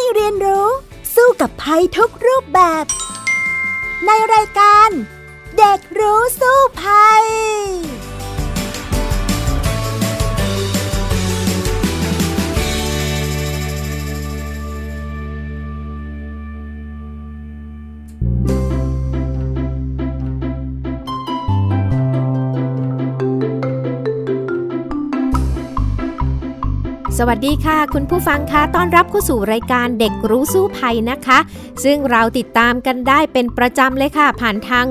เรียนรู้สู้กับภัยทุกรูปแบบในรายการเด็กรู้สู้ภัยสวัสดีค่ะคุณผู้ฟังคะต้อนรับเข้าสู่รายการเด็กรู้สู้ภัยนะคะซึ่งเราติดตามกันได้เป็นประจำเลยค่ะผ่านทาง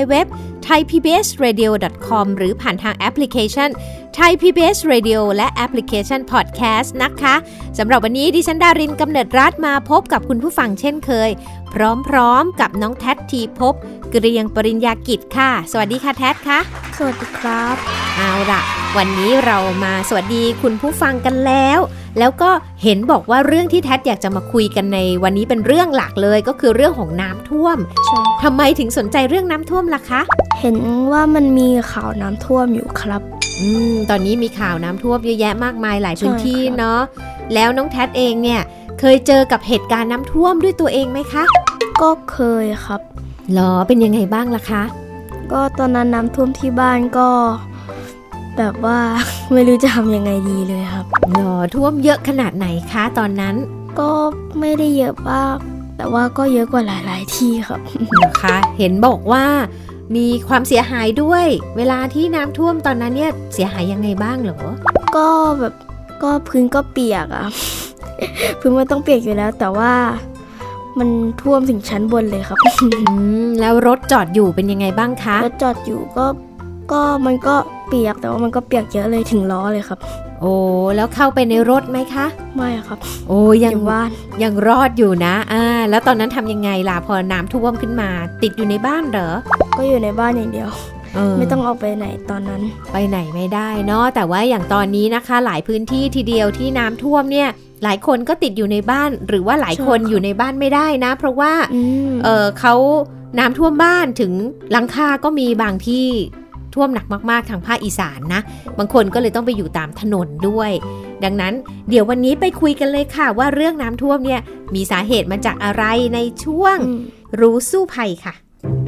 www.thaipbsradio.com หรือผ่านทางแอปพลิเคชัน Thai PBS Radio และแอปพลิเคชัน Podcast นะคะสำหรับวันนี้ดิฉันดารินกำเนิดรัตน์มาพบกับคุณผู้ฟังเช่นเคยพร้อมๆกับน้องแท็ดทีพบเกรียงปริญญากิจค่ะสวัสดีค่ะแท็ดค่ะสวัสดีครับเอาล่ะวันนี้เรามาสวัสดีคุณผู้ฟังกันแล้วก็เห็นบอกว่าเรื่องที่แท็ดอยากจะมาคุยกันในวันนี้เป็นเรื่องหลักเลยก็คือเรื่องของน้ำท่วมทำไมถึงสนใจเรื่องน้ำท่วมล่ะคะเห็นว่ามันมีข่าวน้ำท่วมอยู่ครับตอนนี้มีข่าวน้ำท่วมเยอะแยะมากมายหลายพื้นที่เนาะแล้วน้องแท็ดเองเนี่ยเคยเจอกับเหตุการณ์น้ำท่วมด้วยตัวเองไหมคะก็เคยครับหรอเป็นยังไงบ้างล่ะคะก็ตอนนั้นน้ำท่วมที่บ้านก็แบบว่าไม่รู้จะทำยังไงดีเลยครับหรอท่วมเยอะขนาดไหนคะตอนนั้นก็ไม่ได้เยอะมากแต่ว่าก็เยอะกว่าหลายๆที่ครับนะคะเห็นบอกว่ามีความเสียหายด้วยเวลาที่น้ำท่วมตอนนั้นเนี่ยเสียหายยังไงบ้างเหรอก็แบบก็พื้นก็เปียกอะพื้นมันต้องเปียกอยู่แล้วแต่ว่ามันท่วมถึงชั้นบนเลยครับแล้วรถจอดอยู่เป็นยังไงบ้างคะรถจอดอยู่ก็มันก็เปียกแต่ว่ามันก็เปียกเยอะเลยถึงล้อเลยครับโอ้แล้วเข้าไปในรถไหมคะไม่ครับโอ้ยังรอดอยู่นะแล้วตอนนั้นทำยังไงล่ะพอน้ำท่วมขึ้นมาติดอยู่ในบ้านเหรอก็อยู่ในบ้านอย่างเดียวไม่ต้องออกไปไหนตอนนั้นไปไหนไม่ได้เนาะแต่ว่าอย่างตอนนี้นะคะหลายพื้นที่ทีเดียวที่น้ำท่วมเนี่ยหลายคนก็ติดอยู่ในบ้านหรือว่าหลายคนอยู่ในบ้านไม่ได้นะเพราะว่าเขาน้ำท่วมบ้านถึงหลังคาก็มีบางที่ท่วมหนักมากๆทางภาคอีสานนะบางคนก็เลยต้องไปอยู่ตามถนนด้วยดังนั้นเดี๋ยววันนี้ไปคุยกันเลยค่ะว่าเรื่องน้ำท่วมเนี่ยมีสาเหตุมาจากอะไรในช่วงรู้สู้ภัยค่ะ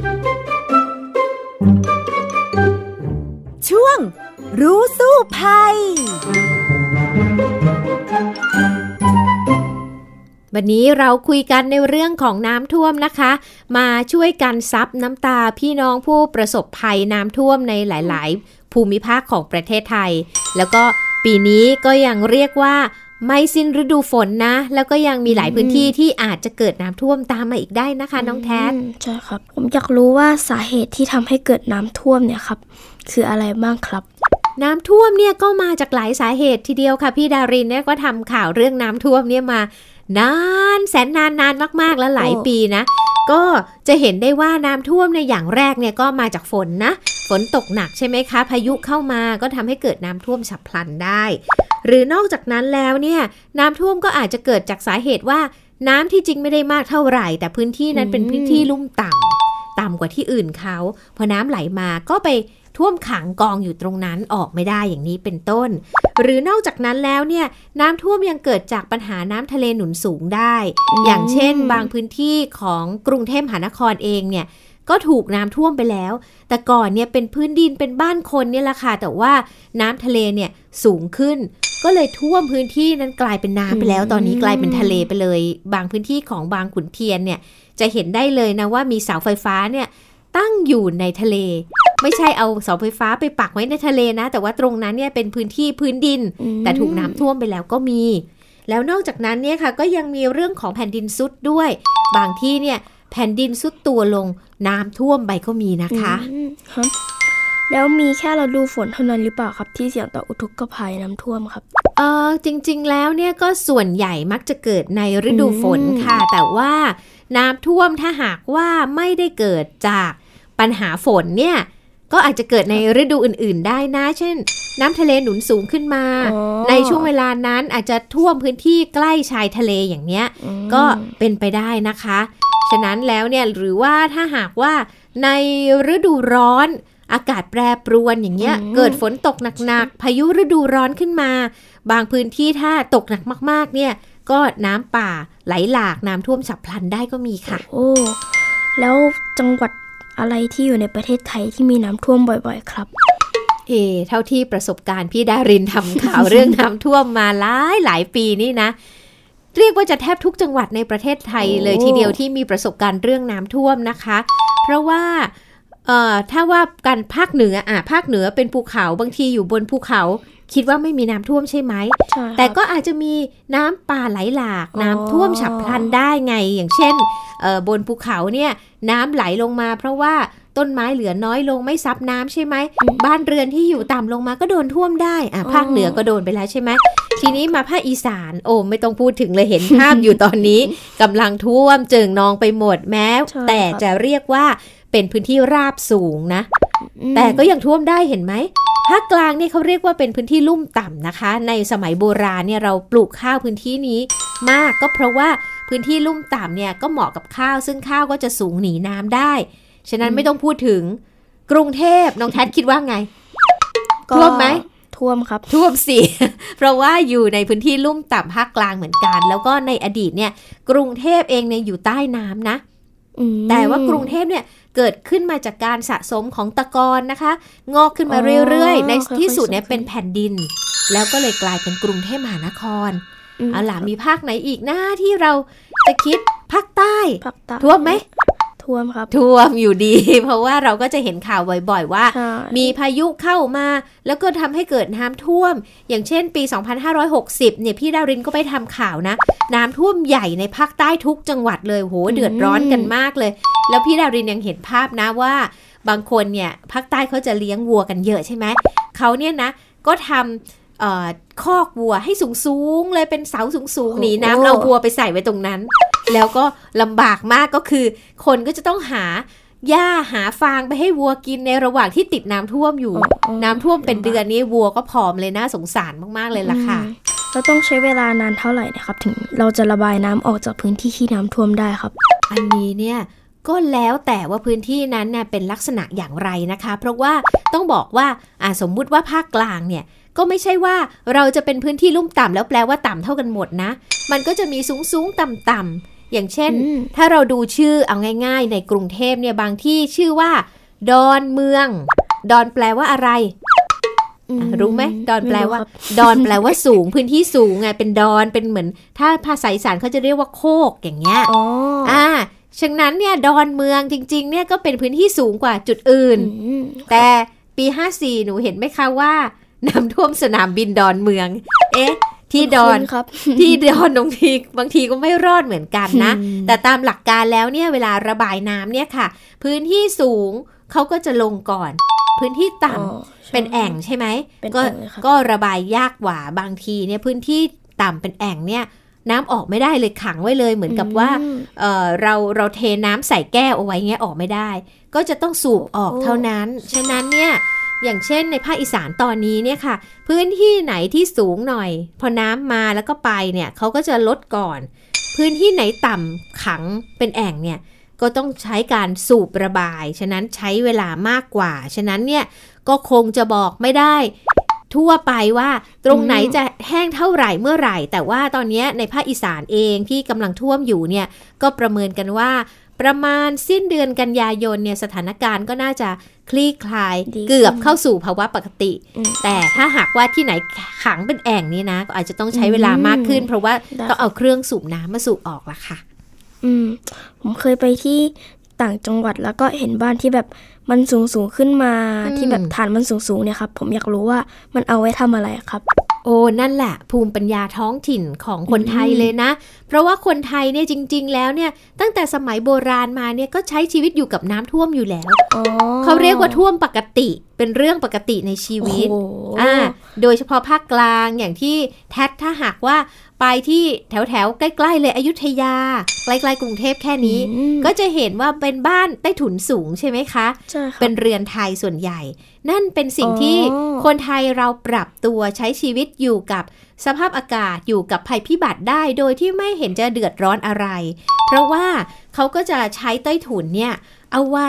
ช่วงรู้สู้ภัยวันนี้เราคุยกันในเรื่องของน้ำท่วมนะคะมาช่วยกันซับน้ำตาพี่น้องผู้ประสบภัยน้ำท่วมในหลายๆภูมิภาคของประเทศไทยแล้วก็ปีนี้ก็ยังเรียกว่าไม่สิ้นฤดูฝนนะแล้วก็ยังมีหลายพื้นที่ที่อาจจะเกิดน้ำท่วมตามมาอีกได้นะคะน้องแท็ดใช่ครับผมอยากรู้ว่าสาเหตุที่ทำให้เกิดน้ำท่วมเนี่ยครับคืออะไรบ้างครับน้ำท่วมเนี่ยก็มาจากหลายสาเหตุทีเดียวค่ะพี่ดารินเนี่ยก็ทำข่าวเรื่องน้ำท่วมเนี่ยมานานแสนนานมากๆแล้วหลายปีนะก็จะเห็นได้ว่าน้ำท่วมในอย่างแรกเนี่ยก็มาจากฝนนะฝนตกหนักใช่ไหมคะพายุเข้ามาก็ทำให้เกิดน้ำท่วมฉับพลันได้หรือนอกจากนั้นแล้วเนี่ยน้ำท่วมก็อาจจะเกิดจากสาเหตุว่าน้ำที่จริงไม่ได้มากเท่าไหร่แต่พื้นที่นั้นเป็นพื้นที่ลุ่มต่ำกว่าที่อื่นเขาพอน้ำไหลมาก็ไปท่วมขังกองอยู่ตรงนั้นออกไม่ได้อย่างนี้เป็นต้นหรือนอกจากนั้นแล้วเนี่ยน้ำท่วมยังเกิดจากปัญหาน้ำทะเลหนุนสูงได้อย่างเช่นบางพื้นที่ของกรุงเทพมหานครเองเนี่ยก็ถูกน้ำท่วมไปแล้วแต่ก่อนเนี่ยเป็นพื้นดินเป็นบ้านคนเนี่ยแหละค่ะแต่ว่าน้ำทะเลเนี่ยสูงขึ้นก็เลยท่วมพื้นที่นั้นกลายเป็นน้ำไปแล้วตอนนี้กลายเป็นทะเลไปเลยบางพื้นที่ของบางขุนเทียนเนี่ยจะเห็นได้เลยนะว่ามีเสาไฟฟ้าเนี่ยตั้งอยู่ในทะเลไม่ใช่เอาเสาไฟฟ้าไปปักไว้ในทะเลนะแต่ว่าตรงนั้นเนี่ยเป็นพื้นที่พื้นดินแต่ถูกน้ำท่วมไปแล้วก็มีแล้วนอกจากนั้นเนี่ยค่ะก็ยังมีเรื่องของแผ่นดินทรุดด้วยบางที่เนี่ยแผ่นดินทรุดตัวลงน้ำท่วมไปก็มีนะคะแล้วมีแค่ฤดูฝนเท่านั้นหรือเปล่าครับที่เสี่ยงต่ออุทกภัยน้ำท่วมครับจริงๆแล้วเนี่ยก็ส่วนใหญ่มักจะเกิดในฤดูฝนค่ะแต่ว่าน้ำท่วมถ้าหากว่าไม่ได้เกิดจากปัญหาฝนเนี่ยก็อาจจะเกิดในฤดูอื่นๆได้นะเช่นน้ำทะเลหนุนสูงขึ้นมาในช่วงเวลานั้นอาจจะท่วมพื้นที่ใกล้ชายทะเลอย่างเนี้ยก็เป็นไปได้นะคะฉะนั้นแล้วเนี่ยหรือว่าถ้าหากว่าในฤดูร้อนอากาศแปรปรวนอย่างเงี้ยเกิดฝนตกหนักๆพายุฤดูร้อนขึ้นมาบางพื้นที่ถ้าตกหนักมากๆเนี่ยก็น้ำป่าไหลหลากน้ำท่วมฉับพลันได้ก็มีค่ะโอ้แล้วจังหวัดอะไรที่อยู่ในประเทศไทยที่มีน้ำท่วมบ่อยๆครับเท่าที่ประสบการณ์พี่ดารินทำข่าว เรื่องน้ำท่วมมาหลายปีนี่นะเรียกว่าจะแทบทุกจังหวัดในประเทศไทยเลยทีเดียวที่มีประสบการณ์เรื่องน้ำท่วมนะคะเพราะว่าถ้าว่ากันภาคเหนือภาคเหนือเป็นภูเขาบางทีอยู่บนภูเขาคิดว่าไม่มีน้ำท่วมใช่ไหมแต่ก็อาจจะมีน้ำป่าไหลหลากน้ำท่วมฉับพลันได้ไงอย่างเช่นบนภูเขาเนี่ยน้ำไหลลงมาเพราะว่าต้นไม้เหลือน้อยลงไม่ซับน้ำใช่ไหมบ้านเรือนที่อยู่ต่ำลงมาก็โดนท่วมได้ภาคเหนือก็โดนไปแล้วใช่ไหมทีนี้มาภาคอีสานไม่ต้องพูดถึงเลยเห็นภาพอยู่ตอนนี้กำลังท่วมเจิ่งนองไปหมดแม้แต่จะเรียกว่าเป็นพื้นที่ราบสูงนะแต่ก็ยังท่วมได้เห็นไหมภาคกลางนี่เขาเรียกว่าเป็นพื้นที่ลุ่มต่ำนะคะในสมัยโบราณเนี่ยเราปลูกข้าวพื้นที่นี้มากก็เพราะว่าพื้นที่ลุ่มต่ำเนี่ยก็เหมาะกับข้าวซึ่งข้าวก็จะสูงหนีน้ำได้ฉะนั้นไม่ต้องพูดถึงกรุงเทพน้องแทดคิดว่าไงท่วมไหมท่วมครับท่วมสิ เพราะว่าอยู่ในพื้นที่ลุ่มต่ำภาคกลางเหมือนกันแล้วก็ในอดีตเนี่ยกรุงเทพเองเนี่ยอยู่ใต้น้ำนะแต่ว่ากรุงเทพเนี่ยเกิดขึ้นมาจากการสะสมของตะกอนนะคะงอกขึ้นมาเรื่อยๆในที่สุดเนี่ยเป็นแผ่นดินแล้วก็เลยกลายเป็นกรุงเทพมหานครเอาล่ะมีภาคไหนอีกนะที่เราจะคิดภาคใต้ท่วมไหมท่วมครับท่วมอยู่ดี เพราะว่าเราก็จะเห็นข่าวบ่อยๆว่ามีพายุเข้ามาแล้วก็ทำให้เกิดน้ำท่วมอย่างเช่นปี2560เนี่ยพี่ดารินก็ไปทำข่าวนะน้ำท่วมใหญ่ในภาคใต้ทุกจังหวัดเลยโหเดือดร้อนกันมากเลยแล้วพี่ดารินยังเห็นภาพนะว่าบางคนเนี่ยภาคใต้เขาจะเลี้ยงวัวกันเยอะใช่ไหมเขาเนี่ยนะก็ทำคอกวัวให้สูงๆเลยเป็นเสาสูงๆหนีน้ำเราวัวไปใส่ไว้ตรงนั้นแล้วก็ลำบากมากก็คือคนก็จะต้องหาหญ้าหาฟางไปให้วัวกินในระหว่างที่ติดน้ำท่วมอยู่น้ำท่วมเป็นเดือนนี้วัวก็ผอมเลยน่าสงสารมากๆเลยล่ะค่ะเราต้องใช้เวลานานเท่าไหร่นะครับถึงเราจะระบายน้ำออกจากพื้นที่ที่น้ำท่วมได้ครับอันนี้เนี่ยก็แล้วแต่ว่าพื้นที่นั้นเนี่ยเป็นลักษณะอย่างไรนะคะเพราะว่าต้องบอกว่าสมมุติว่าภาคกลางเนี่ยก็ไม่ใช่ว่าเราจะเป็นพื้นที่ลุ่มต่ำแล้วแปลว่าต่ำเท่ากันหมดนะมันก็จะมีสูงๆต่ำๆอย่างเช่นถ้าเราดูชื่อเอาง่ายๆในกรุงเทพเนี่ยบางที่ชื่อว่าดอนเมืองดอนแปลว่าอะไรรู้ไหมดอนแปลว่าดอนแปลว่าสูงพื้นที่สูงไงเป็นดอนเป็นเหมือนถ้าภาษาอีสานเขาจะเรียกว่าโคกอย่างเงี้ยฉะนั้นเนี่ยดอนเมืองจริงๆเนี่ยก็เป็นพื้นที่สูงกว่าจุดอื่นแต่ปี54หนูเห็นไหมคะว่าน้ำท่วมสนามบินดอนเมืองที่ดอนที่ดอนบางทีก็ไม่รอดเหมือนกันนะแต่ตามหลักการแล้วเนี่ยเวลาระบายน้ำเนี่ยค่ะพื้นที่สูงเขาก็จะลงก่อนพื้นที่ต่ำเป็นแอ่งใช่ไหมก็ระบายยากกว่าบางทีเนี่ยพื้นที่ต่ำเป็นแอ่งเนี่ยน้ำออกไม่ได้เลยขังไว้เลยเหมือนกับว่าเราเทน้ำใส่แก้วเอาไว้เงี้ยออกไม่ได้ก็จะต้องสูบออกเท่านั้นฉะนั้นเนี่ยอย่างเช่นในภาคอีสานตอนนี้เนี่ยค่ะพื้นที่ไหนที่สูงหน่อยพอน้ำมาแล้วก็ไปเนี่ยเขาก็จะลดก่อนพื้นที่ไหนต่ำขังเป็นแอ่งเนี่ยก็ต้องใช้การสูบระบายฉะนั้นใช้เวลามากกว่าฉะนั้นเนี่ยก็คงจะบอกไม่ได้ทั่วไปว่าตรงไหนจะแห้งเท่าไหร่เมื่อไหร่แต่ว่าตอนนี้ในภาคอีสานเองที่กำลังท่วมอยู่เนี่ยก็ประเมินกันว่าประมาณสิ้นเดือนกันยายนเนี่ยสถานการณ์ก็น่าจะคลี่คลายเกือบเข้าสู่ภาวะปกติแต่ถ้าหากว่าที่ไหนขังเป็นแอ่งนี่นะก็อาจจะต้องใช้เวลามากขึ้นเพราะว่าต้องเอาเครื่องสูบน้ำมาสูบออกละค่ะผมเคยไปที่ต่างจังหวัดแล้วก็เห็นบ้านที่แบบมันสูงขึ้นมาที่แบบฐานมันสูงเนี่ยครับผมอยากรู้ว่ามันเอาไว้ทำอะไรครับนั่นแหละภูมิปัญญาท้องถิ่นของคนไทยเลยนะเพราะว่าคนไทยเนี่ยจริงๆแล้วเนี่ยตั้งแต่สมัยโบราณมาเนี่ยก็ใช้ชีวิตอยู่กับน้ำท่วมอยู่แล้วเขาเรียกว่าท่วมปกติเป็นเรื่องปกติในชีวิตโดยเฉพาะภาคกลางอย่างที่แท้ถ้าหากว่าไปที่แถวใกล้ๆเลยอยุธยาใกล้ๆกรุงเทพแค่นี้ก็จะเห็นว่าเป็นบ้านใต้ถุนสูงใช่ไหมคะเป็นเรือนไทยส่วนใหญ่นั่นเป็นสิ่งที่คนไทยเราปรับตัวใช้ชีวิตอยู่กับสภาพอากาศอยู่กับภัยพิบัติได้โดยที่ไม่เห็นจะเดือดร้อนอะไรเพราะว่าเขาก็จะใช้ใต้ถุนเนี่ยเอาไว้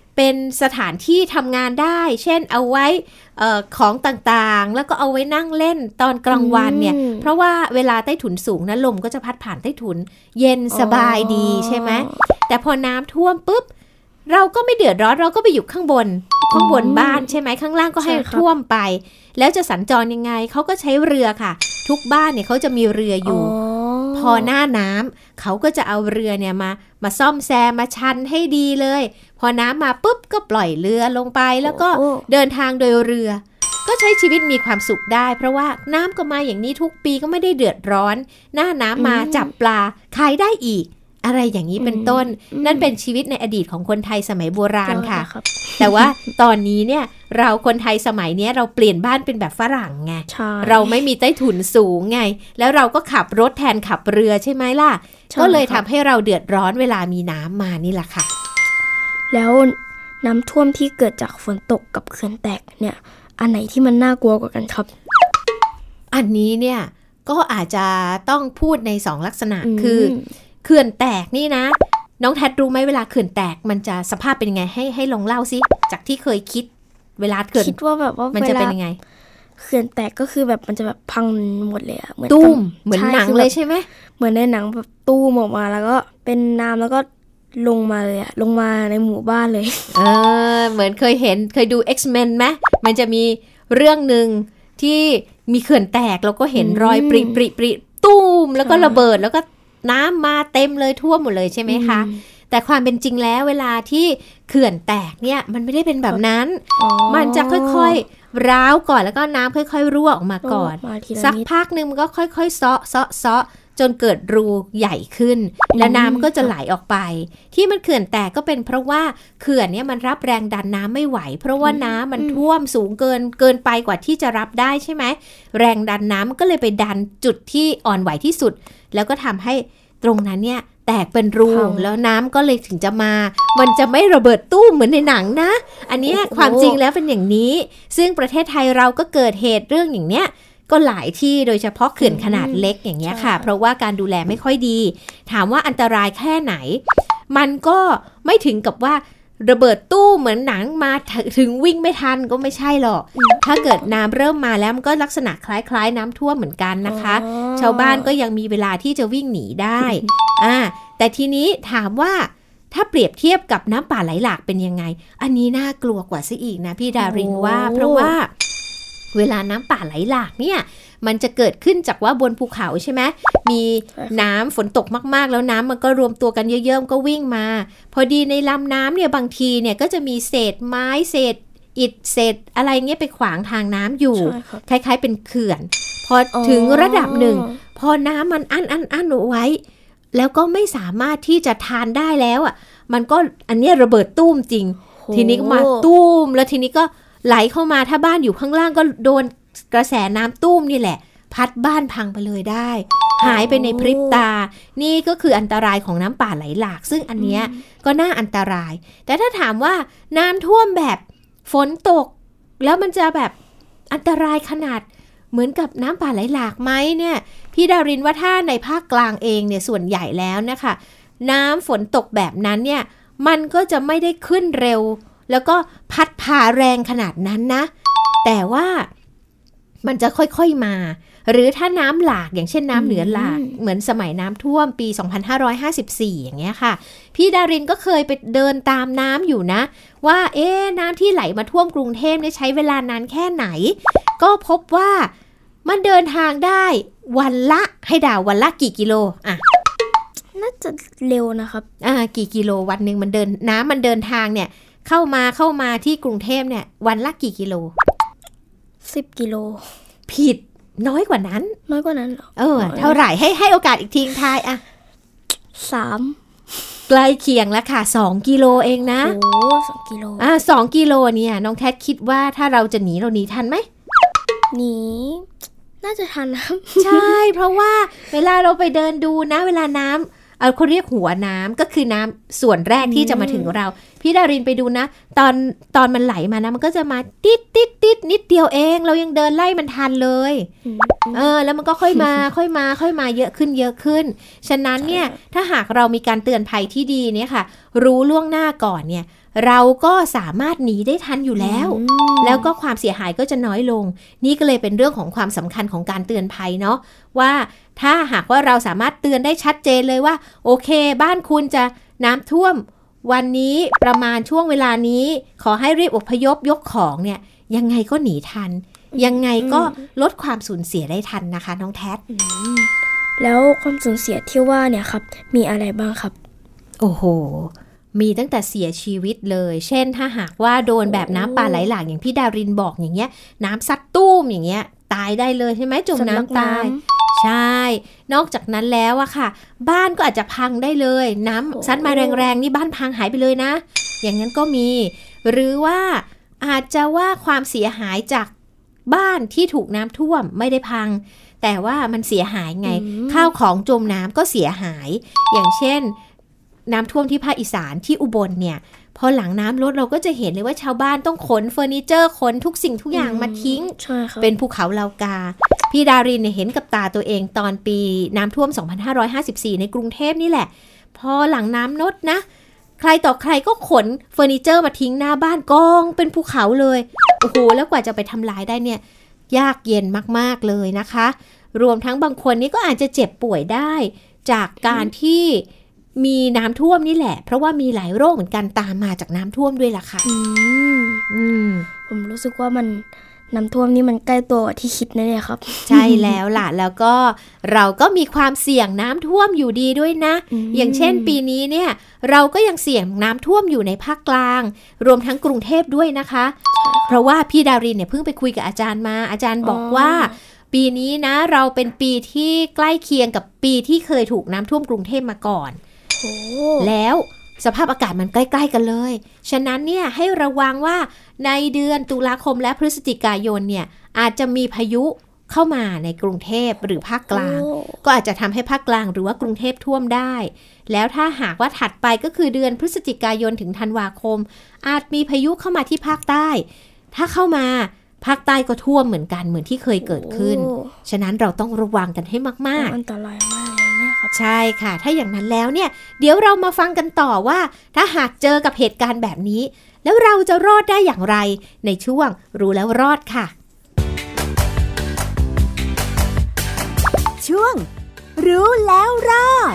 เป็นสถานที่ทำงานได้เช่นเอาไว้ของต่างๆแล้วก็เอาไว้นั่งเล่นตอนกลางวันเนี่ยเพราะว่าเวลาใต้ถุนสูงนะลมก็จะพัดผ่านใต้ถุนเย็นสบายดีใช่ไหมแต่พอน้ำท่วมปุ๊บเราก็ไม่เดือดร้อนเราก็ไปอยู่ข้างบนบ้านใช่ไหมข้างล่างก็ให้ท่วมไปแล้วจะสัญจรยังไงเขาก็ใช้เรือค่ะทุกบ้านเนี่ยเขาจะมีเรืออยู่พอหน้าน้ำเขาก็จะเอาเรือเนี่ยมาซ่อมแซมมาชันให้ดีเลยพอน้ำมาปุ๊บก็ปล่อยเรือลงไปแล้วก็เดินทางโดยเรือก็ใช้ชีวิตมีความสุขได้เพราะว่าน้ำก็มาอย่างนี้ทุกปีก็ไม่ได้เดือดร้อนหน้าน้ำมาจับปลาขายได้อีกอะไรอย่างนี้เป็นต้นนั่นเป็นชีวิตในอดีตของคนไทยสมัยโบราณค่ะแต่ว่าตอนนี้เนี่ยเราคนไทยสมัยนี้เราเปลี่ยนบ้านเป็นแบบฝรั่งไงเราไม่มีใต้ถุนสูงไงแล้วเราก็ขับรถแทนขับเรือใช่ไหมล่ะก็เลยทำให้เราเดือดร้อนเวลามีน้ำมานี่แหละค่ะแล้วน้ำท่วมที่เกิดจากฝนตกกับเขื่อนแตกเนี่ยอันไหนที่มันน่ากลัวกว่ากันครับอันนี้เนี่ยก็อาจจะต้องพูดใน2ลักษณะคือเขื่อนแตกนี่นะน้องแทดรู้ไหมเวลาเขื่อนแตกมันจะสภาพเป็นยังไงให้ลองเล่าสิจากที่เคยคิดเวลาเขื่อนคิดว่าแบบว่ามันจะเป็นยังไงเขื่อนแตกก็คือแบบมันจะแบบพังหมดเลยอะเหมือนตุ้มเหมือนหนังเลยใช่ไหมเหมือนในหนังแบบตู้มออกมาแล้วก็เป็นน้ำแล้วก็ลงมาเลยอะลงมาในหมู่บ้านเลยเหมือนเคยดู X-Men ไหมมันจะมีเรื่องนึงที่มีเขื่อนแตกแล้วก็เห็นรอยปริตุ้มแล้วก็ระเบิดแล้วก็น้ำมาเต็มเลยทั่วหมดเลยใช่ไหมคะแต่ความเป็นจริงแล้วเวลาที่เขื่อนแตกเนี่ยมันไม่ได้เป็นแบบนั้นมันจะค่อยๆร้าวก่อนแล้วก็น้ำค่อยๆรั่วออกมาก่อนสักพักนึงมันก็ค่อยๆเซาะจนเกิดรูใหญ่ขึ้นแล้วน้ำก็จะไหลออกไปที่มันเขื่อนแตกก็เป็นเพราะว่าเขื่อนเนี่ยมันรับแรงดันน้ำไม่ไหวเพราะว่าน้ำมันท่วมสูงเกินไปกว่าที่จะรับได้ใช่ไหมแรงดันน้ำก็เลยไปดันจุดที่อ่อนไหวที่สุดแล้วก็ทำให้ตรงนั้นเนี่ยแตกเป็นรูแล้วน้ำก็เลยถึงจะมันจะไม่ระเบิดตู้มเหมือนในหนังนะอันนี้ความจริงแล้วเป็นอย่างนี้ซึ่งประเทศไทยเราก็เกิดเหตุเรื่องอย่างเนี้ยก็หลายที่โดยเฉพาะเขื่อนขนาดเล็กอย่างเงี้ยค่ะเพราะว่าการดูแลไม่ค่อยดีถามว่าอันตรายแค่ไหนมันก็ไม่ถึงกับว่าระเบิดตู้เหมือนหนังมาถึงวิ่งไม่ทันก็ไม่ใช่หรอกถ้าเกิดน้ำเริ่มมาแล้วมันก็ลักษณะคล้ายๆน้ำท่วมเหมือนกันนะคะชาวบ้านก็ยังมีเวลาที่จะวิ่งหนีได้แต่ทีนี้ถามว่าถ้าเปรียบเทียบกับน้ำป่าไหลหลากเป็นยังไงอันนี้น่ากลัวกว่าซะอีกนะพี่ดารินว่าเพราะว่าเวลาน้ำป่าไหลหลากเนี่ยมันจะเกิดขึ้นจากว่าบนภูเขาใช่ไหมมีน้ำฝนตกมากๆแล้วน้ำมันก็รวมตัวกันเยอะๆก็วิ่งมาพอดีในลำน้ำเนี่ยบางทีเนี่ยก็จะมีเศษไม้เศษอิฐเศษอะไรเงี้ยไปขวางทางน้ำอยู่คล้ายๆเป็นเขื่อนพอถึงระดับหนึ่งพอน้ำมันอั้นไว้แล้วก็ไม่สามารถที่จะทานได้แล้วอ่ะมันก็อันนี้ระเบิดตุ้มจริงทีนี้ก็มาตุ้มแล้วทีนี้ก็ไหลเข้ามาถ้าบ้านอยู่ข้างล่างก็โดนกระแสน้ำตุ้มนี่แหละพัดบ้านพังไปเลยได้หายไปในพริบตานี่ก็คืออันตรายของน้ำป่าไหลหลากซึ่งอันเนี้ยก็น่าอันตรายแต่ถ้าถามว่าน้ำท่วมแบบฝนตกแล้วมันจะแบบอันตรายขนาดเหมือนกับน้ำป่าไหลหลากไหมเนี่ยพี่ดารินว่าถ้าในภาคกลางเองเนี่ยส่วนใหญ่แล้วนะคะน้ำฝนตกแบบนั้นเนี่ยมันก็จะไม่ได้ขึ้นเร็วแล้วก็พัดพาแรงขนาดนั้นนะแต่ว่ามันจะค่อยๆมาหรือถ้าน้ำหลากอย่างเช่นน้ำเหนือหลากเหมือนสมัยน้ำท่วมปี2554อย่างเงี้ยค่ะพี่ดารินก็เคยไปเดินตามน้ำอยู่นะว่าน้ำที่ไหลมาท่วมกรุงเทพเนี่ยใช้เวลานานแค่ไหนก็พบว่ามันเดินทางได้วันละให้ดาววันละกี่กิโลน่าจะเร็วนะครับกี่กิโลวันนึงมันเดินน้ำมันเดินทางเนี่ยเข้ามาที่กรุงเทพเนี่ยวันละกี่กิโล 10 กิโลผิดน้อยกว่านั้นเหรอเท่าไหร่ให้โอกาสอีกทีทาย 3 ใกล้เคียงแล้วค่ะ2 กิโลเองนะโอ้2 กิโล 2 กิโลเนี่ยน้องแทดคิดว่าถ้าเราจะหนีเราหนีทันไหมหนีน่าจะทันนะใช่เพราะว่าเวลาเราไปเดินดูนะเวลาน้ำเขาเรียกหัวน้ำก็คือน้ำส่วนแรกที่จะมาถึงเราพี่ดารินไปดูนะตอนมันไหลมานะมันก็จะมาติดนิดเดียวเองเรายังเดินไล่มันทันเลยแล้วมันก็ค่อยมาเยอะขึ้นฉะนั้นเนี่ยถ้าหากเรามีการเตือนภัยที่ดีเนี่ยค่ะรู้ล่วงหน้าก่อนเนี่ยเราก็สามารถหนีได้ทันอยู่แล้วแล้วก็ความเสียหายก็จะน้อยลงนี่ก็เลยเป็นเรื่องของความสำคัญของการเตือนภัยเนาะว่าถ้าหากว่าเราสามารถเตือนได้ชัดเจนเลยว่าโอเคบ้านคุณจะน้ำท่วมวันนี้ประมาณช่วงเวลานี้ขอให้รีบอพยพยกของเนี่ยยังไงก็หนีทันยังไงก็ลดความสูญเสียได้ทันนะคะน้องแท็ดแล้วความสูญเสียที่ว่าเนี่ยครับมีอะไรบ้างครับโอ้โหมีตั้งแต่เสียชีวิตเลยเช่นถ้าหากว่าโดนแบบน้ำป่าไหลหลากอย่างพี่ดารินบอกอย่างเงี้ยน้ำซัดตุ้มอย่างเงี้ยตายได้เลยใช่ไหมจมน้ำตายใช่นอกจากนั้นแล้วอะค่ะบ้านก็อาจจะพังได้เลยน้ำซัดมาแรงๆนี่บ้านพังหายไปเลยนะอย่างนั้นก็มีหรือว่าอาจจะว่าความเสียหายจากบ้านที่ถูกน้ำท่วมไม่ได้พังแต่ว่ามันเสียหายไงข้าวของจมน้ำก็เสียหายอย่างเช่นน้ำท่วมที่ภาคอีสานที่อุบลเนี่ยพอหลังน้ำลดเราก็จะเห็นเลยว่าชาวบ้านต้องขนเฟอร์นิเจอร์ขนทุกสิ่งทุกอย่างมาทิ้งเป็นภูเขาเหล่ากาพี่ดารินเนี่ยเห็นกับตาตัวเองตอนปีน้ำท่วม2554ในกรุงเทพนี่แหละพอหลังน้ำลดนะใครต่อใครก็ขนเฟอร์นิเจอร์มาทิ้งหน้าบ้านกองเป็นภูเขาเลยโอ้โหแล้วกว่าจะไปทำลายได้เนี่ยยากเย็นมากๆเลยนะคะรวมทั้งบางคนนี่ก็อาจจะเจ็บป่วยได้จากการที่มีน้ำท่วมนี่แหละเพราะว่ามีหลายโรคเหมือนกันตามมาจากน้ำท่วมด้วยล่ะค่ะผมรู้สึกว่ามันน้ำท่วมนี่มันใกล้ตัวที่คิดนะเนี่ยครับใช่แล้วล่ะแล้วก็เราก็มีความเสี่ยงน้ำท่วมอยู่ดีด้วยนะอย่างเช่นปีนี้เนี่ยเราก็ยังเสี่ยงน้ำท่วมอยู่ในภาคกลางรวมทั้งกรุงเทพด้วยนะคะเพราะว่าพี่ดารินเนี่ยเพิ่งไปคุยกับอาจารย์มาอาจารย์บอกว่าปีนี้นะเราเป็นปีที่ใกล้เคียงกับปีที่เคยถูกน้ำท่วมกรุงเทพมาก่อนแล้วสภาพอากาศมันใกล้ๆกันเลยฉะนั้นเนี่ยให้ระวังว่าในเดือนตุลาคมและพฤศจิกายนเนี่ยอาจจะมีพายุเข้ามาในกรุงเทพหรือภาคกลางก็อาจจะทำให้ภาคกลางหรือว่ากรุงเทพท่วมได้แล้วถ้าหากว่าถัดไปก็คือเดือนพฤศจิกายนถึงธันวาคมอาจมีพายุเข้ามาที่ภาคใต้ถ้าเข้ามาภาคใต้ก็ท่วมเหมือนกันเหมือนที่เคยเกิดขึ้นฉะนั้นเราต้องระวังกันให้มากๆอันตรายมากเลยเนี่ยครับใช่ค่ะถ้าอย่างนั้นแล้วเนี่ยเดี๋ยวเรามาฟังกันต่อว่าถ้าหากเจอกับเหตุการณ์แบบนี้แล้วเราจะรอดได้อย่างไรในช่วงรู้แล้วรอดค่ะช่วงรู้แล้วรอด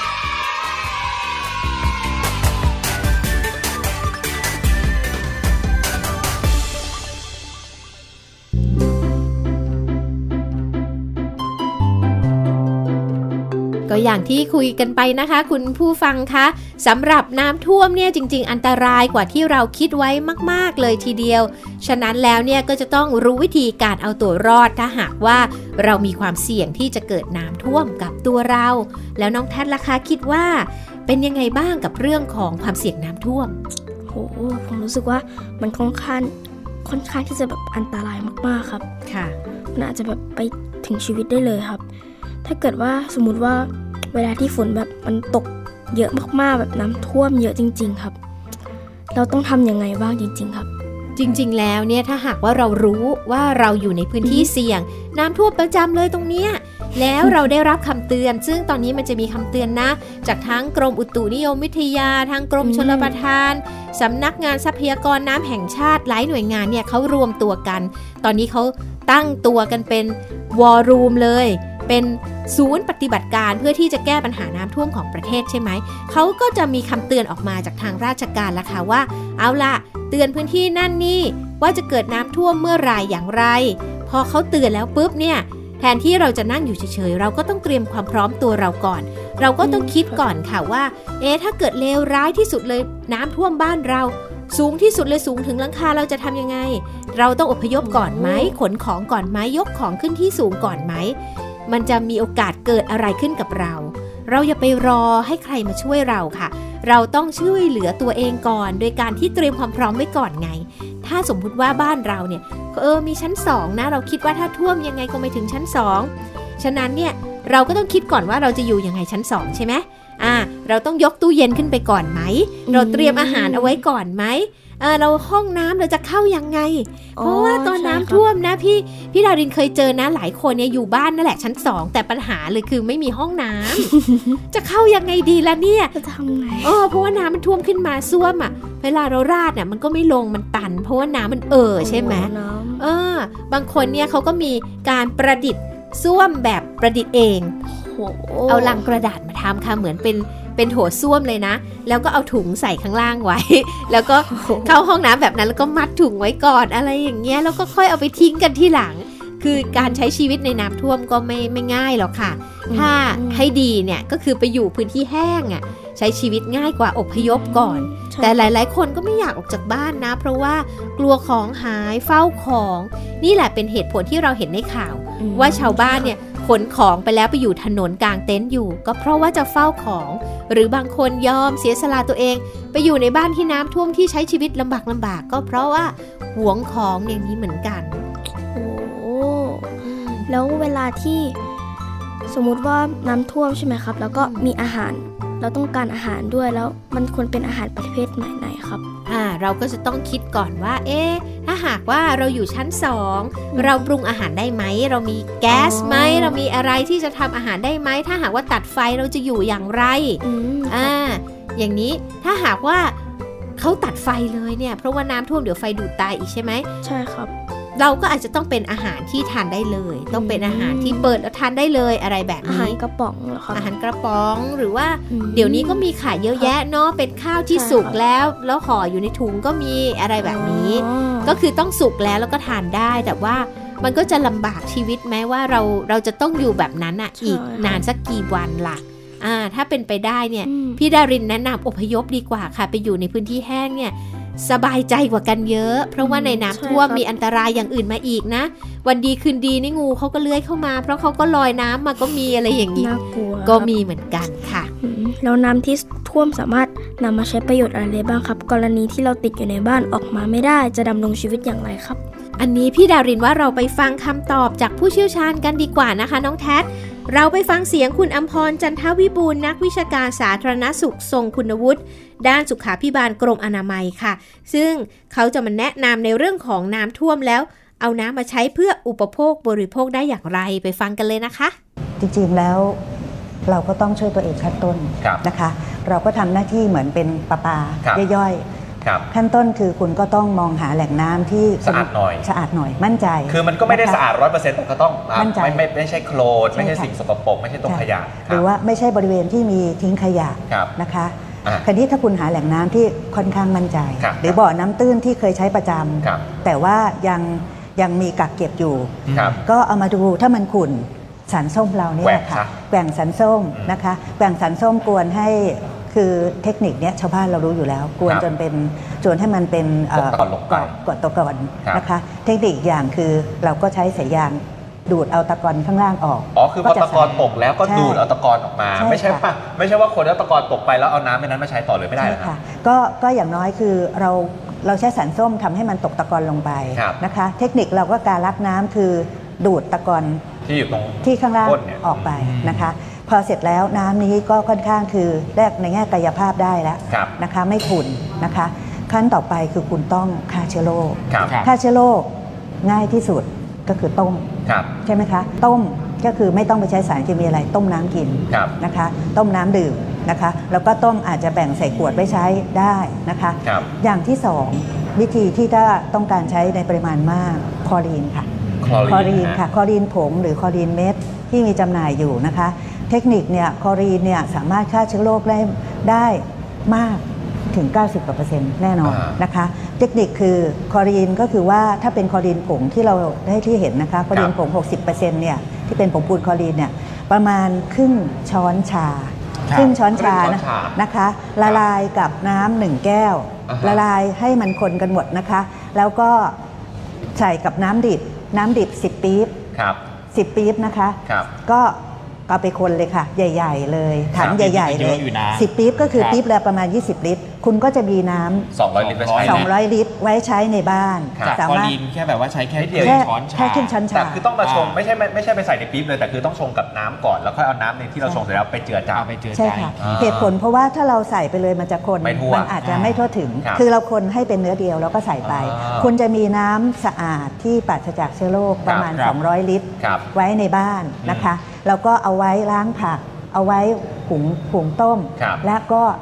ก็อย่างที่คุยกันไปนะคะคุณผู้ฟังคะสำหรับน้ำท่วมเนี่ยจริงๆอันตรายกว่าที่เราคิดไว้มากๆเลยทีเดียวฉะนั้นแล้วเนี่ยก็จะต้องรู้วิธีการเอาตัวรอดถ้าหากว่าเรามีความเสี่ยงที่จะเกิดน้ำท่วมกับตัวเราแล้วน้องแท็ดล่ะคะคิดว่าเป็นยังไงบ้างกับเรื่องของความเสี่ยงน้ำท่วมโหผมรู้สึกว่ามันค่อนข้างที่จะแบบอันตรายมากๆครับค่ะมันอาจจะแบบไปถึงชีวิตได้เลยครับถ้าเกิดว่าสมมุติว่าเวลาที่ฝนแบบมันตกเยอะมากๆแบบน้ำท่วมเยอะจริงๆครับเราต้องทำยังไงบ้างจริงๆครับจริงๆแล้วเนี่ยถ้าหากว่าเรารู้ว่าเราอยู่ในพื้นที่เสี่ยงน้ำท่วมประจำเลยตรงเนี้ยแล้วเราได้รับคำเตือนซึ่งตอนนี้มันจะมีคำเตือนนะจากทั้งกรมอุตุนิยมวิทยาทางกรมชลประทานสำนักงานทรัพยากรน้ำแห่งชาติหลายหน่วยงานเนี่ยเขารวมตัวกันตอนนี้เขาตั้งตัวกันเป็นวอร์รูมเลยเป็นศูนย์ปฏิบัติการเพื่อที่จะแก้ปัญหาน้ำท่วมของประเทศใช่ไหมเขาก็จะมีคำเตือนออกมาจากทางราชการแล้วค่ะว่าเอาล่ะเตือนพื้นที่นั่นนี่ว่าจะเกิดน้ำท่วมเมื่อไรอย่างไรพอเขาเตือนแล้วปุ๊บเนี่ยแทนที่เราจะนั่งอยู่เฉยๆเราก็ต้องเตรียมความพร้อมตัวเราก่อนเราก็ต้องคิดก่อนค่ะว่าถ้าเกิดเลวร้ายที่สุดเลยน้ำท่วมบ้านเราสูงที่สุดเลยสูงถึงหลังคาเราจะทำยังไงเราต้องอพยพก่อนไหมขนของก่อนไหมยกของขึ้นที่สูงก่อนไหมมันจะมีโอกาสเกิดอะไรขึ้นกับเราอย่าไปรอให้ใครมาช่วยเราค่ะเราต้องช่วยเหลือตัวเองก่อนโดยการที่เตรียมความพร้อมไว้ก่อนไงถ้าสมมุติว่าบ้านเราเนี่ยมีชั้น2นะเราคิดว่าถ้าท่วมยังไงก็ไม่ถึงชั้น2ฉะนั้นเนี่ยเราก็ต้องคิดก่อนว่าเราจะอยู่ยังไงชั้น2ใช่ไหมเราต้องยกตู้เย็นขึ้นไปก่อนไหมเราเตรียมอาหารเอาไว้ก่อนไหมเราห้องน้ำเราจะเข้ายังไงเพราะว่าตอนน้ำท่วมนะพี่ดารินเคยเจอนะหลายคนเนี่ยอยู่บ้านนั่นแหละชั้น2แต่ปัญหาเลยคือไม่มีห้องน้ำ จะเข้ายังไงดีล่ะเนี่ยจะทำไงเพราะว่าน้ำมันท่วมขึ้นมาซ่วมพเวลาเราราดเนี่ยมันก็ไม่ลงมันตันเพราะว่าน้ำมันใช่ไหมบางคนเนี่ยเขาก็มีการประดิษฐ์ส้วมแบบประดิษฐ์เองเอาลังกระดาษมาทำค่ะเหมือนเป็นโถส้วมเลยนะแล้วก็เอาถุงใส่ข้างล่างไว้แล้วก็เข้าห้องน้ำแบบนั้นแล้วก็มัดถุงไว้ก่อนอะไรอย่างเงี้ยแล้วก็ค่อยเอาไปทิ้งกันที่หลังคือการใช้ชีวิตในน้ำท่วมก็ไม่ง่ายหรอกค่ะถ้าให้ดีเนี่ยก็คือไปอยู่พื้นที่แห้งอ่ะใช้ชีวิตง่ายกว่าอพยพก่อนแต่หลายๆคนก็ไม่อยากออกจากบ้านนะเพราะว่ากลัวของหายเฝ้าของนี่แหละเป็นเหตุผลที่เราเห็นในข่าวว่าชาวบ้านเนี่ยขนของไปแล้วไปอยู่ถนนกลางเต็นท์อยู่ก็เพราะว่าจะเฝ้าของหรือบางคนยอมเสียสละตัวเองไปอยู่ในบ้านที่น้ำท่วมที่ใช้ชีวิตลำบากก็เพราะว่าหวงของอย่างนี้เหมือนกันแล้วเวลาที่สมมุติว่าน้ำท่วมใช่ไหมครับแล้วก็มีอาหารเราต้องการอาหารด้วยแล้วมันควรเป็นอาหารประเภทไหนครับเราก็จะต้องคิดก่อนว่าถ้าหากว่าเราอยู่ชั้น2เราปรุงอาหารได้ไหมเรามีแก๊สไหมเรามีอะไรที่จะทำอาหารได้ไหมถ้าหากว่าตัดไฟเราจะอยู่อย่างไรอย่างนี้ถ้าหากว่าเขาตัดไฟเลยเนี่ยเพราะว่าน้ำท่วมเดี๋ยวไฟดูดตายอีกใช่ไหมใช่ครับเราก็อาจจะต้องเป็นอาหารที่ทานได้เลยต้องเป็นอาหารที่เปิดแล้วทานได้เลยอะไรแบบนี้อาหารกระป๋องเหรอครับอาหารกระป๋องหรือว่าเดี๋ยวนี้ก็มีขายเยอะแยะเนาะเป็นข้าวที่สุกแล้วห่ออยู่ในถุงก็มีอะไรแบบนี้ก็คือต้องสุกแล้วก็ทานได้แต่ว่ามันก็จะลำบากชีวิตแม้ว่าเราจะต้องอยู่แบบนั้นอีกนานสักกี่วันล่ะถ้าเป็นไปได้เนี่ยพี่ดารินแนะนำอพยพดีกว่าค่ะไปอยู่ในพื้นที่แห้งเนี่ยสบายใจกว่ากันเยอะเพราะว่าในน้ำท่วมมีอันตรายอย่างอื่นมาอีกนะวันดีคืนดีนี่งูเขาก็เลื้อยเข้ามาเพราะเขาก็ลอยน้ำมาก็มีอะไรอย่างนี้ก็มีเหมือนกันค่ะแล้วน้ำที่ท่วมสามารถนำมาใช้ประโยชน์อะไรได้บ้างครับกรณีที่เราติดอยู่ในบ้านออกมาไม่ได้จะดำรงชีวิตอย่างไรครับอันนี้พี่ดารินว่าเราไปฟังคำตอบจากผู้เชี่ยวชาญกันดีกว่านะคะน้องแท็ดเราไปฟังเสียงคุณอำพรจันทวิบูลย์นักวิชาการสาธารณสุขทรงคุณวุฒิด้านสุขาภิบาลกรมอนามัยค่ะซึ่งเขาจะมาแนะนำในเรื่องของน้ำท่วมแล้วเอาน้ำมาใช้เพื่ออุปโภคบริโภคได้อย่างไรไปฟังกันเลยนะคะจริงๆแล้วเราก็ต้องช่วยตัวเองขั้นต้นนะคะเราก็ทำหน้าที่เหมือนเป็นประปาย่อยขั้นต้นคือคุณก็ต้องมองหาแหล่งน้ำที่สะอาดหน่อยมั่นใจคือมันก็ไม่ได้สะอาด 100% แต่ก็ต้องไม่ใช่โคลนไม่ใช่สิ่งสกปรกไม่ใช่ตรงขยะหรือว่าไม่ใช่บริเวณที่มีทิ้งขยะนะคะคราวนี้ถ้าคุณหาแหล่งน้ำที่ค่อนข้างมั่นใจหรือบ่อน้ำตื้นที่เคยใช้ประจำแต่ว่ายังมีกักเก็บอยู่ก็เอามาดูถ้ามันขุ่นสารส้มเราเนี่ยค่ะแกว่งสารส้มนะคะแกว่งสารส้มกวนให้คือเทคนิคเนี้ยชาวบ้านเรารู้อยู่แล้วกวนจนให้มันเป็นกดตะกอนนะคะเทคนิคอย่างคือเราก็ใช้สายยางดูดเอาตะกอนข้างล่างออกคือพอตะกอนตกแล้วก็ดูดเอาตะกอนออกมาไม่ใช่ว่าคนเอาตะกอนตกไปแล้วเอาน้ำในนั้นมาใช้ต่อเลยไม่ได้ค่ะก็อย่างน้อยคือเราใช้สารส้มทำให้มันตกตะกอนลงไปนะคะเทคนิคเราก็การลักน้ำคือดูดตะกอนที่อยู่ตรงที่ข้างล่างออกไปนะคะพอเสร็จแล้วน้ำนี้ก็ค่อนข้างคือแรกในแง่กายภาพได้แล้วนะคะไม่ขุ่นนะคะขั้นต่อไปคือคุณต้องฆ่าเชื้อโรคฆ่าเชื้อโรคง่ายที่สุดก็คือต้มใช่ไหมคะต้มก็คือไม่ต้องไปใช้สารเคมีอะไรต้มน้ำกินนะคะต้มน้ำดื่มนะคะแล้วก็ต้มอาจจะแบ่งใส่ขวดไว้ใช้ได้นะคะอย่างที่2วิธีที่ถ้าต้องการใช้ในปริมาณมากคลอรีนค่ะคลอรีนค่ะคลอรีนผงหรือคลอรีนเม็ดที่มีจำหน่ายอยู่นะคะเทคนิคเนี่ยคลอรีนเนี่ยสามารถฆ่าเชื้อโรคได้มากถึง 90% แน่นอนนะคะเทคนิคคือคลอรีนก็คือว่าถ้าเป็นคลอรีนผงที่เราได้ที่เห็นนะคะคลอรีนผง 60% เนี่ยที่เป็นผงปูนคลอรีนเนี่ยประมาณครึ่งช้อนชานะคะละลายกับน้ำ1 แก้วละลายให้มันคนกันหมดนะคะแล้วก็ใส่กับน้ำดิบ10 ปี๊บ10 ปี๊บนะคะก็เอาไปคนเลยค่ะใหญ่ๆเลยถังใหญ่ๆเลย10 ปี๊บก็คือปี๊บละประมาณ20 ลิตรคุณก็จะมีน้ำ 200 ลิตรไว้ใช้ในบ้านสามารถแค่แบบว่าใช้แค่ช้อนชาแค่ครึ่งช้อนชาแต่คือต้องมาชงไม่ใช่ไปใส่ในปี๊บเลยแต่คือต้องชงกับน้ำก่อนแล้วค่อยเอาน้ำในที่เราชงเสร็จแล้วไปเจือจางใช่ค่ะเหตุผลเพราะว่าถ้าเราใส่ไปเลยมันจะคนมันอาจจะไม่ทั่วถึงคือเราคนให้เป็นเนื้อเดียวแล้วก็ใส่ไปคุณจะมีน้ำสะอาดที่ปราศจากเชื้อโรคประมาณ200 ลิตรไว้ในบ้านนะคะแล้วก็เอาไว้ล้างผักเอาไว้หุงต้มและก็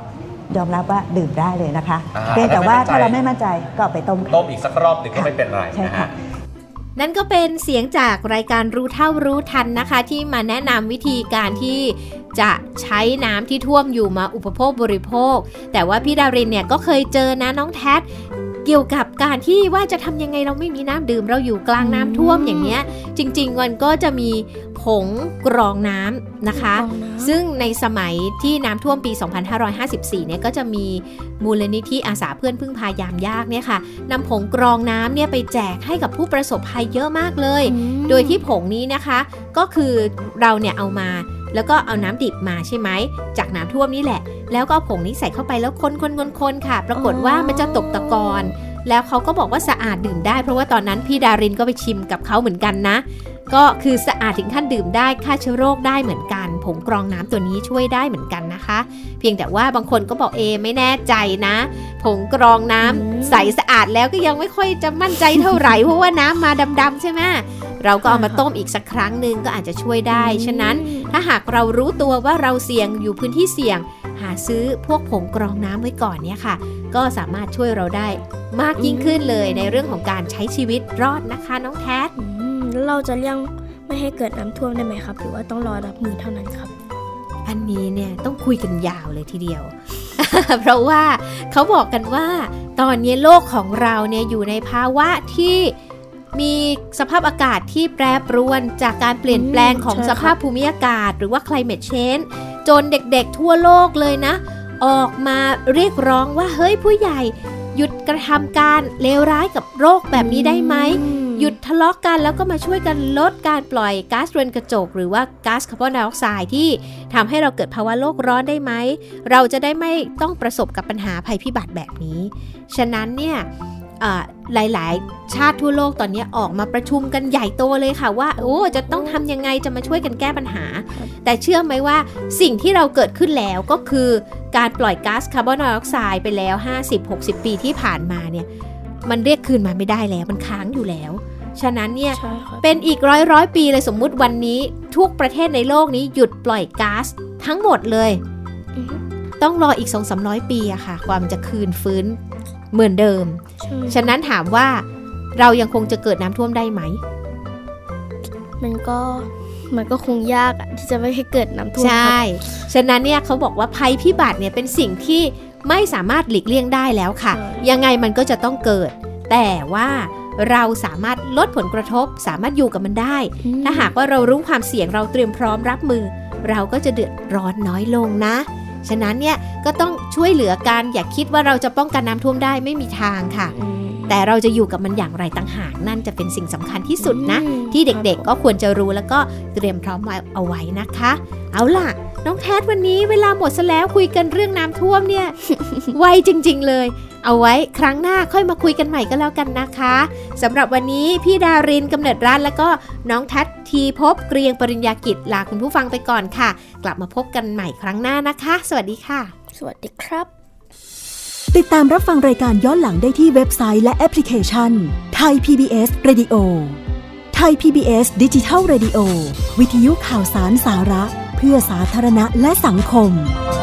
ยอมรับว่าดื่มได้เลยนะคะเพียงแต่ว่าถ้าเราไม่มั่นใจก็เอาไปต้มอีกสักรอบหนึ่งก็ไม่เป็นไรนะฮะนั่นก็เป็นเสียงจากรายการรู้เท่ารู้ทันนะคะที่มาแนะนำวิธีการที่จะใช้น้ำที่ท่วมอยู่มาอุปโภคบริโภคแต่ว่าพี่ดารินเนี่ยก็เคยเจอนะน้องแท็เกี่ยวกับการที่ว่าจะทำยังไงเราไม่มีน้ำดื่มเราอยู่กลางน้ำท่วมอย่างเนี้ยจริงๆมันก็จะมีผงกรองน้ำนะคะซึ่งในสมัยที่น้ำท่วมปี 2554 เนี่ยก็จะมีมูลนิธิอาสาเพื่อนพึ่งพายามยากเนี่ยค่ะนำผงกรองน้ำเนี่ยไปแจกให้กับผู้ประสบภัยเยอะมากเลยโดยที่ผงนี้นะคะก็คือเราเนี่ยเอามาแล้วก็เอาน้ำดิบมาใช่ไหมจากน้ำท่วมนี่แหละแล้วก็เอาผงนี้ใส่เข้าไปแล้วคนค่ะปรากฏว่ามันจะตกตะกอนแล้วเขาก็บอกว่าสะอาดดื่มได้เพราะว่าตอนนั้นพี่ดารินก็ไปชิมกับเขาเหมือนกันนะก็คือสะอาดถึงขั้นดื่มได้ฆ่าเชื้อโรคได้เหมือนกันผงกรองน้ำตัวนี้ช่วยได้เหมือนกันนะคะเพียงแต่ว่าบางคนก็บอกไม่แน่ใจนะผงกรองน้ำใสสะอาดแล้วก็ยังไม่ค่อยจะมั่นใจเท่าไหร่เพราะว่าน้ำมาดำๆใช่ไหมเราก็เอามาต้มอีกสักครั้งนึงก็อาจจะช่วยได้ฉะนั้นถ้าหากเรารู้ตัวว่าเราเสี่ยงอยู่พื้นที่เสี่ยงหาซื้อพวกผงกรองน้ำไว้ก่อนเนี่ยค่ะก็สามารถช่วยเราได้มากยิ่งขึ้นเลยในเรื่องของการใช้ชีวิตรอดนะคะน้องแท็แล้วเราจะเลี่ยงไม่ให้เกิดน้ำท่วมได้ไหมครับหรือว่าต้องรอรับมือเท่านั้นครับอันนี้เนี่ยต้องคุยกันยาวเลยทีเดียว เพราะว่าเขาบอกกันว่าตอนนี้โลกของเราเนี่ยอยู่ในภาวะที่มีสภาพอากาศที่แปรปรวนจากการเปลี่ยนแปลงของสภาพภูมิอากาศหรือว่า climate change จนเด็กๆทั่วโลกเลยนะออกมาเรียกร้องว่าเฮ้ยผู้ใหญ่หยุดกระทำการเลวร้ายกับโรคแบบนี้ได้ไหมหยุดทะเลาะกันแล้วก็มาช่วยกันลดการปล่อยก๊าซเรือนกระจกหรือว่าก๊าซคาร์บอนไดออกไซด์ที่ทำให้เราเกิดภาวะโลกร้อนได้ไหมเราจะได้ไม่ต้องประสบกับปัญหาภัยพิบัติแบบนี้ฉะนั้นเนี่ยหลายๆชาติทั่วโลกตอนนี้ออกมาประชุมกันใหญ่โตเลยค่ะว่าจะต้องทำยังไงจะมาช่วยกันแก้ปัญหาแต่เชื่อไหมว่าสิ่งที่เราเกิดขึ้นแล้วก็คือการปล่อยก๊าซคาร์บอนไดออกไซด์ไปแล้ว 50-60 ปีที่ผ่านมาเนี่ยมันเรียกคืนมาไม่ได้แล้วมันค้างอยู่แล้วฉะนั้นเนี่ยเป็นอีกร้อยปีเลยสมมุติวันนี้ทุกประเทศในโลกนี้หยุดปล่อยก๊าซทั้งหมดเลยต้องรออีก 200-300 ปีอะค่ะกว่ามันจะคืนฟื้นเหมือนเดิมฉะนั้นถามว่าเรายังคงจะเกิดน้ำท่วมได้ไหมมันก็คงยากที่จะไม่ให้เกิดน้ำท่วมใช่ฉะนั้นเนี่ยเขาบอกว่าภัยพิบัติเนี่ยเป็นสิ่งที่ไม่สามารถหลีกเลี่ยงได้แล้วค่ะยังไงมันก็จะต้องเกิดแต่ว่าเราสามารถลดผลกระทบสามารถอยู่กับมันได้ถ้าหากว่าเรารู้ความเสี่ยงเราเตรียมพร้อมรับมือเราก็จะเดือดร้อนน้อยลงนะฉะนั้นเนี่ยก็ต้องช่วยเหลือกันอย่าคิดว่าเราจะป้องกันน้ำท่วมได้ไม่มีทางค่ะแต่เราจะอยู่กับมันอย่างไรต่างหากนั่นจะเป็นสิ่งสำคัญที่สุดนะที่เด็กๆก็ควรจะรู้แล้วก็เตรียมพร้อมเอาไว้นะคะเอาล่ะน้องแท็วันนี้เวลาหมดซะแล้วคุยกันเรื่องน้ำท่วมเนี่ย ไวจริงๆเลยเอาไว้ครั้งหน้าค่อยมาคุยกันใหม่ก็แล้วกันนะคะสำหรับวันนี้พี่ดารินกำเนิดรัตน์แล้วก็น้องแท็ทีพบเกรียงปริญญากิจลาคุณผู้ฟังไปก่อนค่ะกลับมาพบกันใหม่ครั้งหน้านะคะสวัสดีค่ะสวัสดีครับติดตามรับฟังรายการย้อนหลังได้ที่เว็บไซต์และแอปพลิเคชัน Thai PBS Radio Thai PBS Digital Radio วิทยุข่าวสารสาระเพื่อสาธารณะและสังคม